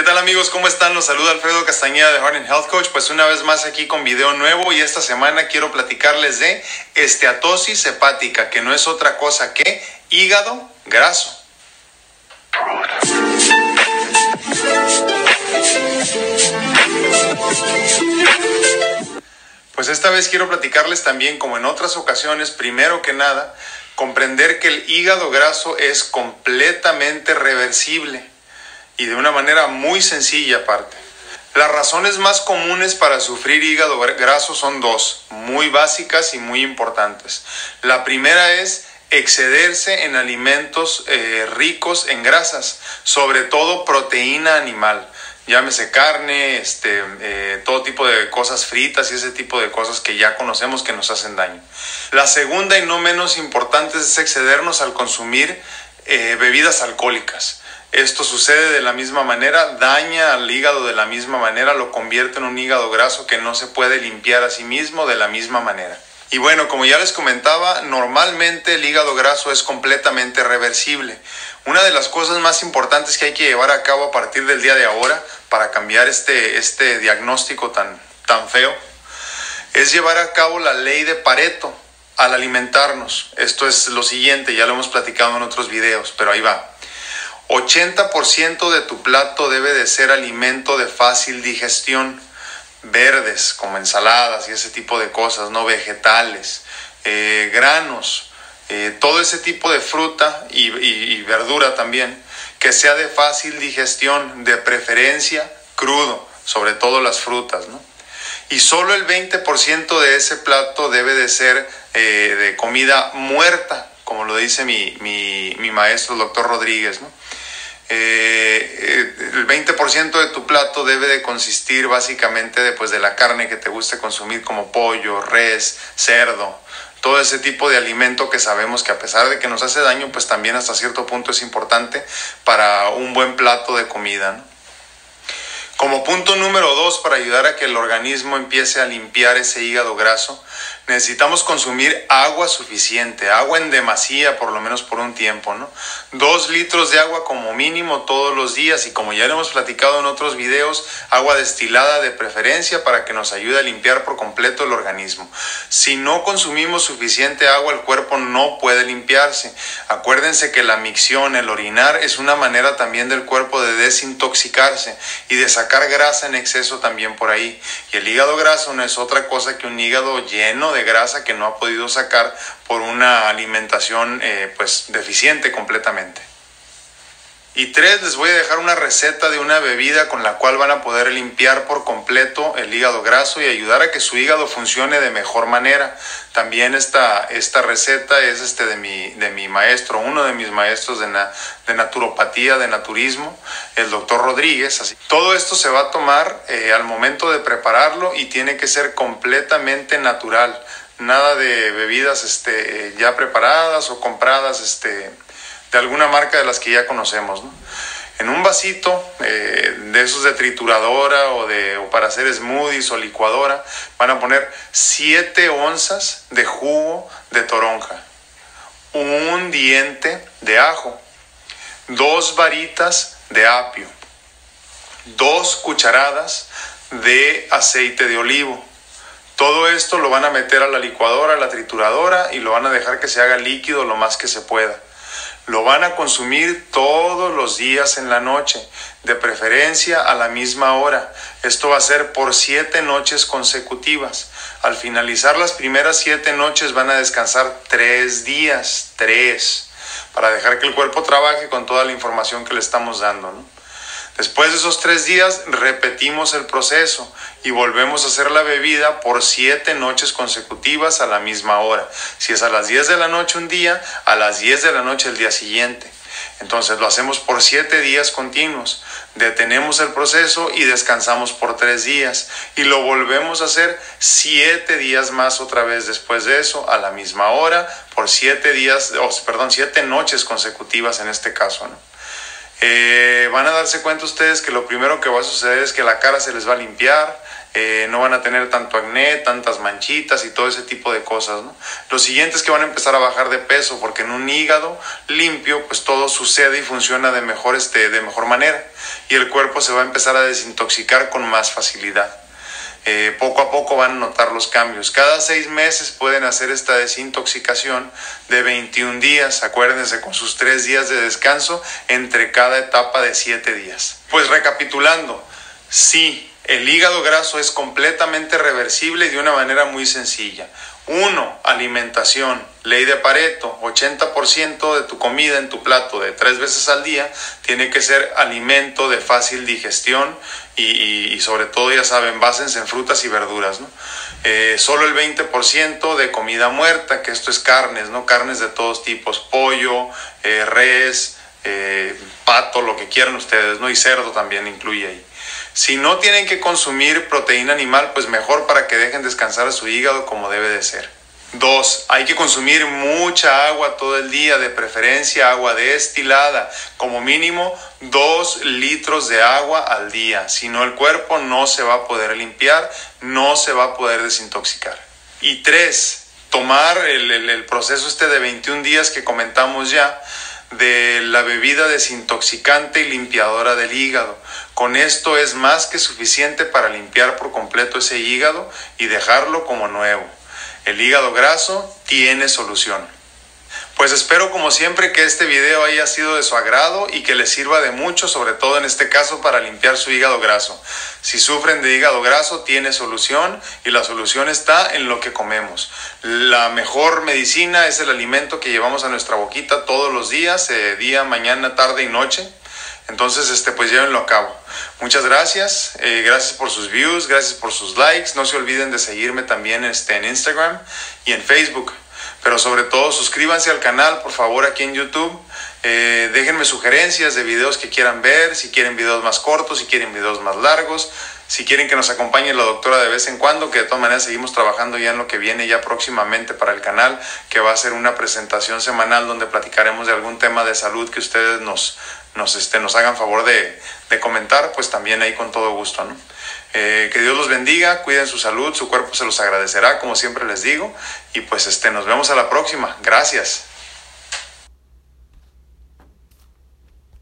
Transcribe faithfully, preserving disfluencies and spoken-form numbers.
¿Qué tal amigos? ¿Cómo están? Los saluda Alfredo Castañeda de Heart and Health Coach. Pues una vez más aquí con video nuevo, y esta semana quiero platicarles de esteatosis hepática, que no es otra cosa que hígado graso. Pues esta vez quiero platicarles también, como en otras ocasiones, primero que nada, comprender que el hígado graso es completamente reversible y de una manera muy sencilla aparte. Las razones más comunes para sufrir hígado graso son dos, muy básicas y muy importantes. La primera es excederse en alimentos eh, ricos en grasas, sobre todo proteína animal. Llámese carne, este, eh, todo tipo de cosas fritas y ese tipo de cosas que ya conocemos que nos hacen daño. La segunda y no menos importante es excedernos al consumir eh, bebidas alcohólicas. Esto sucede de la misma manera, daña al hígado de la misma manera, lo convierte en un hígado graso que no se puede limpiar a sí mismo de la misma manera. Y bueno, como ya les comentaba, normalmente el hígado graso es completamente reversible. Una de las cosas más importantes que hay que llevar a cabo a partir del día de ahora para cambiar este, este diagnóstico tan, tan feo es llevar a cabo la ley de Pareto al alimentarnos. Esto es lo siguiente, ya lo hemos platicado en otros videos, pero ahí va. ochenta por ciento de tu plato debe de ser alimento de fácil digestión, verdes como ensaladas y ese tipo de cosas, no vegetales, eh, granos, eh, todo ese tipo de fruta y, y, y verdura también, que sea de fácil digestión, de preferencia crudo, sobre todo las frutas, ¿no? Y solo el veinte por ciento de ese plato debe de ser eh, de comida muerta, como lo dice mi, mi, mi maestro, el doctor Rodríguez, ¿no? Eh, el veinte por ciento de tu plato debe de consistir básicamente de, pues, de la carne que te guste consumir, como pollo, res, cerdo, todo ese tipo de alimento que sabemos que a pesar de que nos hace daño, pues también hasta cierto punto es importante para un buen plato de comida, ¿no? Como punto número dos, para ayudar a que el organismo empiece a limpiar ese hígado graso, necesitamos consumir agua suficiente, agua en demasía, por lo menos por un tiempo, ¿no? Dos litros de agua como mínimo todos los días, y como ya lo hemos platicado en otros videos, agua destilada de preferencia para que nos ayude a limpiar por completo el organismo. Si no consumimos suficiente agua, el cuerpo no puede limpiarse. Acuérdense que la micción, el orinar, es una manera también del cuerpo de desintoxicarse y de sacar grasa en exceso también por ahí. Y el hígado graso no es otra cosa que un hígado lleno de grasa que no ha podido sacar por una alimentación eh, pues deficiente completamente. Y tres, les voy a dejar una receta de una bebida con la cual van a poder limpiar por completo el hígado graso y ayudar a que su hígado funcione de mejor manera. También esta, esta receta es este de mi, de mi maestro, uno de mis maestros de, na, de naturopatía, de naturismo, el doctor Rodríguez. Así. Todo esto se va a tomar eh, al momento de prepararlo y tiene que ser completamente natural. Nada de bebidas este, ya preparadas o compradas este, de alguna marca de las que ya conocemos, ¿no? En un vasito eh, de esos de trituradora o, de, o para hacer smoothies o licuadora, van a poner siete onzas de jugo de toronja, un diente de ajo, dos varitas de apio, dos cucharadas de aceite de olivo. Todo esto lo van a meter a la licuadora, a la trituradora, y lo van a dejar que se haga líquido lo más que se pueda. Lo van a consumir todos los días en la noche, de preferencia a la misma hora. Esto va a ser por siete noches consecutivas. Al finalizar las primeras siete noches van a descansar tres días, tres, para dejar que el cuerpo trabaje con toda la información que le estamos dando, ¿no? Después de esos tres días repetimos el proceso y volvemos a hacer la bebida por siete noches consecutivas a la misma hora. Si es a las diez de la noche un día, a las diez de la noche el día siguiente. Entonces lo hacemos por siete días continuos. Detenemos el proceso y descansamos por tres días. Y lo volvemos a hacer siete días más otra vez después de eso, a la misma hora, por siete días, oh, perdón, siete noches consecutivas en este caso, ¿no? Eh, van a darse cuenta ustedes que lo primero que va a suceder es que la cara se les va a limpiar, eh, no van a tener tanto acné, tantas manchitas y todo ese tipo de cosas, ¿no? Lo siguiente es que van a empezar a bajar de peso, porque en un hígado limpio pues todo sucede y funciona de mejor, este, de mejor manera, y el cuerpo se va a empezar a desintoxicar con más facilidad. Eh, poco a poco van a notar los cambios. Cada seis meses pueden hacer esta desintoxicación de veintiún días, acuérdense, con sus tres días de descanso entre cada etapa de siete días. Pues recapitulando, sí, el hígado graso es completamente reversible y de una manera muy sencilla. Uno, alimentación. Ley de Pareto, ochenta por ciento de tu comida en tu plato de tres veces al día tiene que ser alimento de fácil digestión y, y, y sobre todo, ya saben, básense en frutas y verduras, ¿no? Eh, solo el veinte por ciento de comida muerta, que esto es carnes, ¿no? Carnes de todos tipos, pollo, eh, res, eh, pato, lo que quieran ustedes, ¿no? Y cerdo también incluye ahí. Si no tienen que consumir proteína animal, pues mejor, para que dejen descansar a su hígado como debe de ser. Dos, hay que consumir mucha agua todo el día, de preferencia agua destilada, como mínimo dos litros de agua al día. Si no, el cuerpo no se va a poder limpiar, no se va a poder desintoxicar. Y tres, tomar el, el, el proceso este de veintiún días que comentamos ya, de la bebida desintoxicante y limpiadora del hígado. Con esto es más que suficiente para limpiar por completo ese hígado y dejarlo como nuevo. El hígado graso tiene solución. Pues espero, como siempre, que este video haya sido de su agrado y que les sirva de mucho, sobre todo en este caso para limpiar su hígado graso. Si sufren de hígado graso, tiene solución, y la solución está en lo que comemos. La mejor medicina es el alimento que llevamos a nuestra boquita todos los días, eh, día, mañana, tarde y noche. Entonces, este, pues llévenlo a cabo. Muchas gracias, eh, gracias por sus views, gracias por sus likes. No se olviden de seguirme también este, en Instagram y en Facebook. Pero sobre todo, suscríbanse al canal, por favor, aquí en YouTube. Eh, déjenme sugerencias de videos que quieran ver, si quieren videos más cortos, si quieren videos más largos, si quieren que nos acompañe la doctora de vez en cuando, que de todas maneras seguimos trabajando ya en lo que viene ya próximamente para el canal, que va a ser una presentación semanal donde platicaremos de algún tema de salud que ustedes nos, nos, este, nos hagan favor de, de comentar, pues también ahí con todo gusto, ¿no? Eh, que Dios los bendiga, cuiden su salud, su cuerpo se los agradecerá, como siempre les digo, y pues este, nos vemos a la próxima. Gracias.